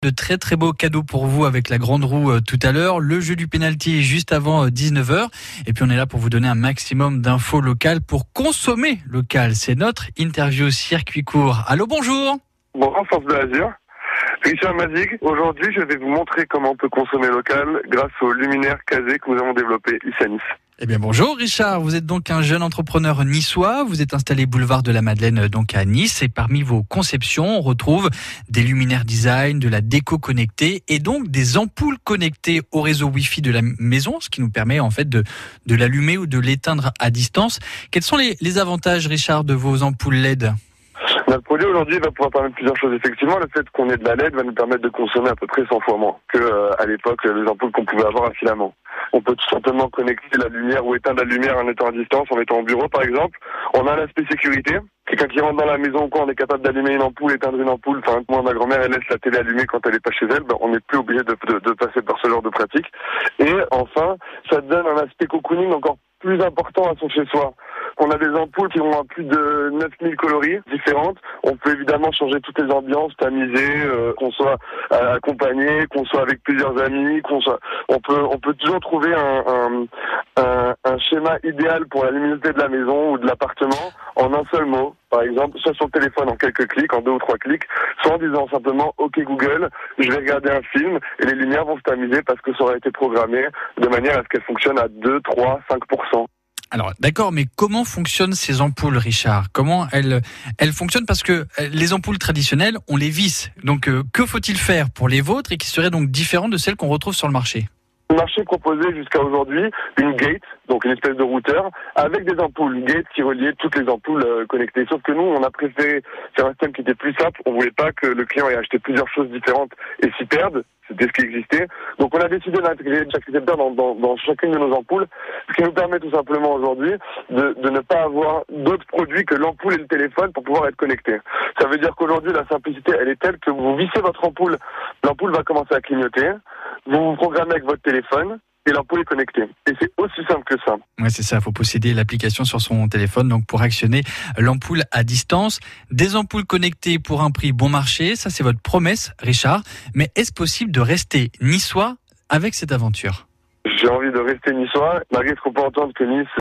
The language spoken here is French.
De très très beaux cadeaux pour vous avec la grande roue tout à l'heure. Le jeu du penalty est juste avant 19h. Et puis on est là pour vous donner un maximum d'infos locales pour consommer local. C'est notre interview circuit court. Allô, bonjour. Bonjour, Force de l'Azur. Richard Mazig. Aujourd'hui, je vais vous montrer comment on peut consommer local grâce aux luminaires casés que nous avons développés ici à Nice. Eh bien bonjour Richard, vous êtes donc un jeune entrepreneur niçois, vous êtes installé boulevard de la Madeleine donc à Nice et parmi vos conceptions on retrouve des luminaires design, de la déco connectée et donc des ampoules connectées au réseau Wi-Fi de la maison, ce qui nous permet en fait de l'allumer ou de l'éteindre à distance. Quels sont les avantages Richard de vos ampoules LED ? Notre produit aujourd'hui va pouvoir permettre plusieurs choses. Effectivement, le fait qu'on ait de la LED va nous permettre de consommer à peu près 100 fois moins que à l'époque les ampoules qu'on pouvait avoir à filament. On peut tout simplement connecter la lumière ou éteindre la lumière en étant à distance, en étant au bureau par exemple. On a l'aspect sécurité. Quelqu'un qui rentre dans la maison ou quoi, on est capable d'allumer une ampoule, éteindre une ampoule. Enfin, moi, ma grand-mère, elle laisse la télé allumée quand elle est pas chez elle. Ben, on n'est plus obligé de passer par ce genre de pratique. Et enfin, ça donne un aspect cocooning encore plus important à son chez-soi. On a des ampoules qui ont plus de 9000 coloris différentes. On peut évidemment changer toutes les ambiances, tamiser, qu'on soit accompagné, qu'on soit avec plusieurs amis, on peut toujours trouver un schéma idéal pour la luminosité de la maison ou de l'appartement en un seul mot. Par exemple, soit sur le téléphone en quelques clics, en 2 ou 3 clics, soit en disant simplement « OK Google, je vais regarder un film » et les lumières vont se tamiser parce que ça aura été programmé de manière à ce qu'elles fonctionnent à 2, 3, 5%. Alors d'accord, mais comment fonctionnent ces ampoules, Richard ? Comment elles fonctionnent ? Parce que les ampoules traditionnelles, on les visse. Donc que faut-il faire pour les vôtres et qui seraient donc différentes de celles qu'on retrouve sur le marché ? Le marché proposait jusqu'à aujourd'hui une gate, donc une espèce de routeur, avec des ampoules. Une gate qui reliait toutes les ampoules connectées. Sauf que nous, on a préféré faire un système qui était plus simple. On voulait pas que le client ait acheté plusieurs choses différentes et s'y perde. C'était ce qui existait. Donc on a décidé d'intégrer chaque récepteur dans chacune de nos ampoules, ce qui nous permet tout simplement aujourd'hui de ne pas avoir d'autres produits que l'ampoule et le téléphone pour pouvoir être connectés. Ça veut dire qu'aujourd'hui, la simplicité, elle est telle que vous vissez votre ampoule, l'ampoule va commencer à clignoter, vous vous programmez avec votre téléphone, et l'ampoule est connectée. Et c'est aussi simple que ça. Ouais, c'est ça. Il faut posséder l'application sur son téléphone donc pour actionner l'ampoule à distance. Des ampoules connectées pour un prix bon marché. Ça, c'est votre promesse, Richard. Mais est-ce possible de rester niçois avec cette aventure ? J'ai envie de rester niçois, malgré ce qu'on peut entendre que Nice